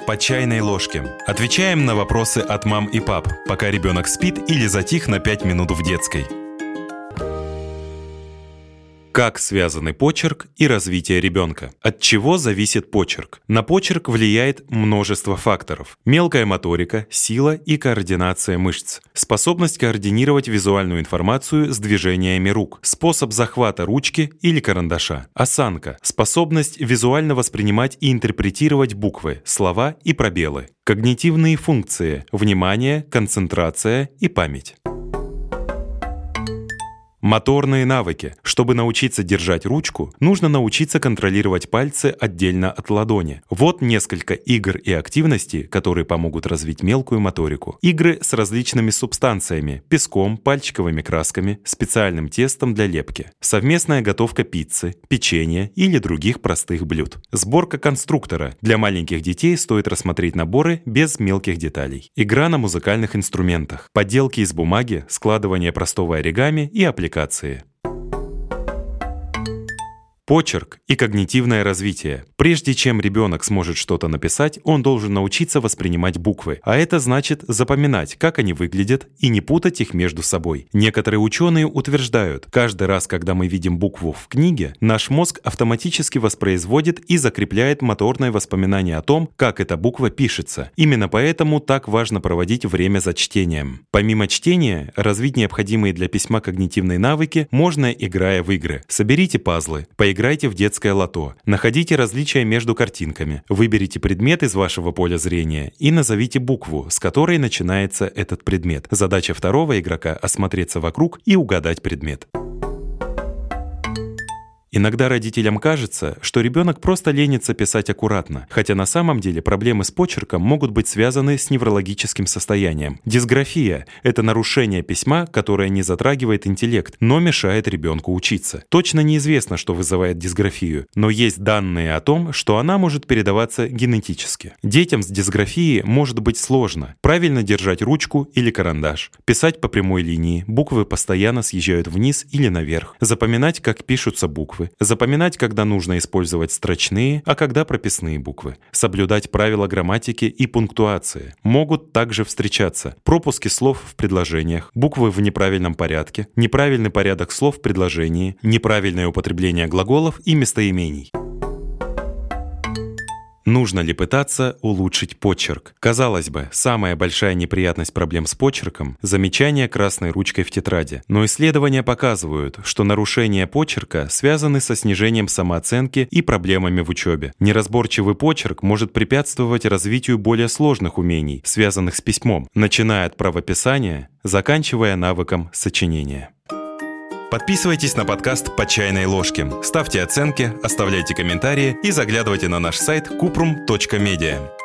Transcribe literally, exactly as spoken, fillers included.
«По чайной ложке». Отвечаем на вопросы от мам и пап, пока ребенок спит или затих на пять минут в детской. Как связаны почерк и развитие ребенка? От чего зависит почерк? На почерк влияет множество факторов. Мелкая моторика, сила и координация мышц, способность координировать визуальную информацию с движениями рук, способ захвата ручки или карандаша, осанка, способность визуально воспринимать и интерпретировать буквы, слова и пробелы, когнитивные функции, внимание, концентрация и память. Моторные навыки. Чтобы научиться держать ручку, нужно научиться контролировать пальцы отдельно от ладони. Вот несколько игр и активностей, которые помогут развить мелкую моторику. Игры с различными субстанциями – песком, пальчиковыми красками, специальным тестом для лепки. Совместная готовка пиццы, печенья или других простых блюд. Сборка конструктора. Для маленьких детей стоит рассмотреть наборы без мелких деталей. Игра на музыкальных инструментах. Поделки из бумаги, складывание простого оригами и аппликации. Почерк и когнитивное развитие. Прежде чем ребенок сможет что-то написать, он должен научиться воспринимать буквы, а это значит запоминать, как они выглядят, и не путать их между собой. Некоторые ученые утверждают, каждый раз, когда мы видим букву в книге, наш мозг автоматически воспроизводит и закрепляет моторное воспоминание о том, как эта буква пишется. Именно поэтому так важно проводить время за чтением. Помимо чтения, развить необходимые для письма когнитивные навыки можно, играя в игры. Соберите пазлы, поиграйте Играйте в детское лото. Находите различия между картинками. Выберите предмет из вашего поля зрения и назовите букву, с которой начинается этот предмет. Задача второго игрока – осмотреться вокруг и угадать предмет. Иногда родителям кажется, что ребенок просто ленится писать аккуратно, хотя на самом деле проблемы с почерком могут быть связаны с неврологическим состоянием. Дисграфия – это нарушение письма, которое не затрагивает интеллект, но мешает ребенку учиться. Точно неизвестно, что вызывает дисграфию, но есть данные о том, что она может передаваться генетически. Детям с дисграфией может быть сложно правильно держать ручку или карандаш, писать по прямой линии, буквы постоянно съезжают вниз или наверх, запоминать, как пишутся буквы, запоминать, когда нужно использовать строчные, а когда прописные буквы, соблюдать правила грамматики и пунктуации. Могут также встречаться пропуски слов в предложениях, буквы в неправильном порядке, неправильный порядок слов в предложении, неправильное употребление глаголов и местоимений. Нужно ли пытаться улучшить почерк? Казалось бы, самая большая неприятность проблем с почерком – замечание красной ручкой в тетради. Но исследования показывают, что нарушения почерка связаны со снижением самооценки и проблемами в учебе. Неразборчивый почерк может препятствовать развитию более сложных умений, связанных с письмом, начиная от правописания, заканчивая навыком сочинения. Подписывайтесь на подкаст «По чайной ложке», ставьте оценки, оставляйте комментарии и заглядывайте на наш сайт купрум точка медиа.